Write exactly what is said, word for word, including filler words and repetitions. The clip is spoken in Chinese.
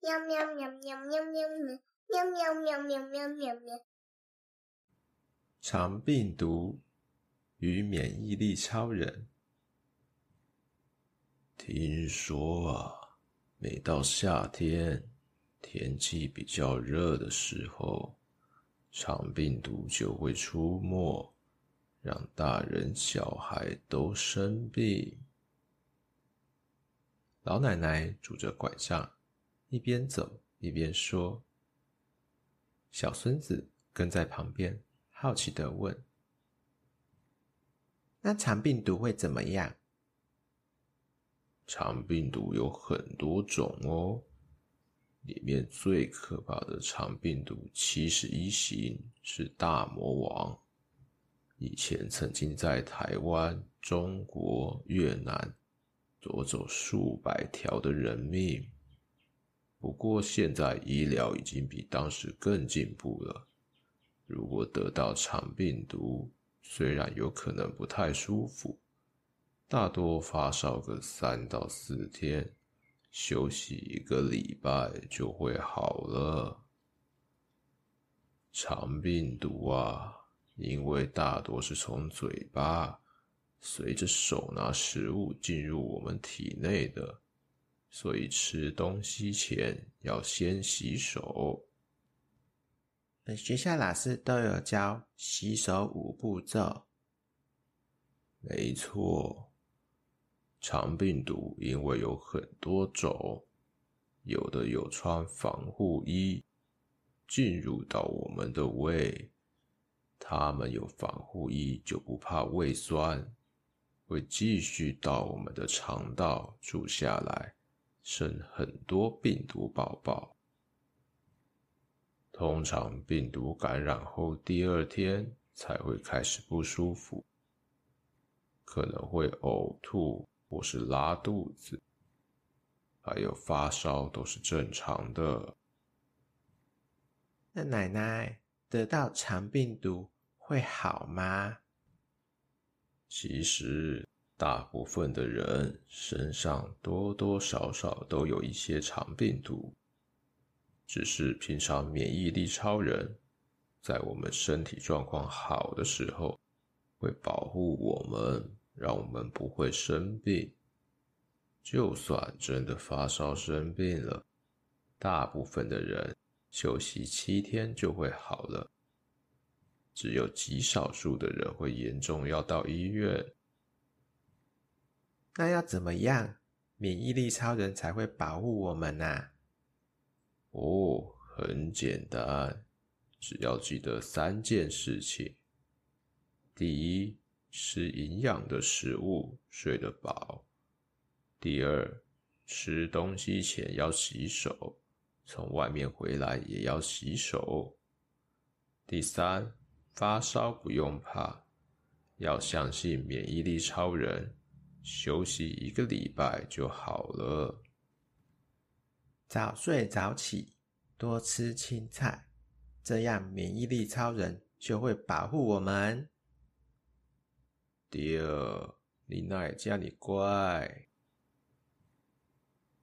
喵喵喵喵喵喵喵喵喵喵喵喵喵。 肠病毒与免疫力超人。听说啊，每到夏天，天气比较热的时候，肠病毒就会出没，让大人小孩都生病。老奶奶拄着拐杖，一边走一边说。小孙子跟在旁边，好奇地问：那肠病毒会怎么样？肠病毒有很多种哦，里面最可怕的肠病毒七十一型是大魔王，以前曾经在台湾、中国、越南夺走数百条的人命。不过现在医疗已经比当时更进步了，如果得到肠病毒，虽然有可能不太舒服，大多发烧个三到四天，休息一个礼拜就会好了。肠病毒啊，因为大多是从嘴巴随着手拿食物进入我们体内的，所以吃东西前要先洗手。学校老师都有教洗手五步骤。没错，肠病毒因为有很多种，有的有穿防护衣进入到我们的胃，它们有防护衣就不怕胃酸，会继续到我们的肠道住下来，生很多病毒宝宝。通常病毒感染后第二天才会开始不舒服，可能会呕吐或是拉肚子，还有发烧都是正常的。那奶奶，得到肠病毒会好吗？其实大部分的人身上多多少少都有一些肠病毒，只是平常免疫力超人在我们身体状况好的时候会保护我们，让我们不会生病。就算真的发烧生病了，大部分的人休息七天就会好了，只有极少数的人会严重要到医院。那要怎么样免疫力超人才会保护我们啊？哦，很简单，只要记得三件事情。第一，吃营养的食物，睡得饱。第二，吃东西前要洗手，从外面回来也要洗手。第三，发烧不用怕，要相信免疫力超人，休息一个礼拜就好了。早睡早起，多吃青菜，这样免疫力超人就会保护我们。对，你哪会这么乖？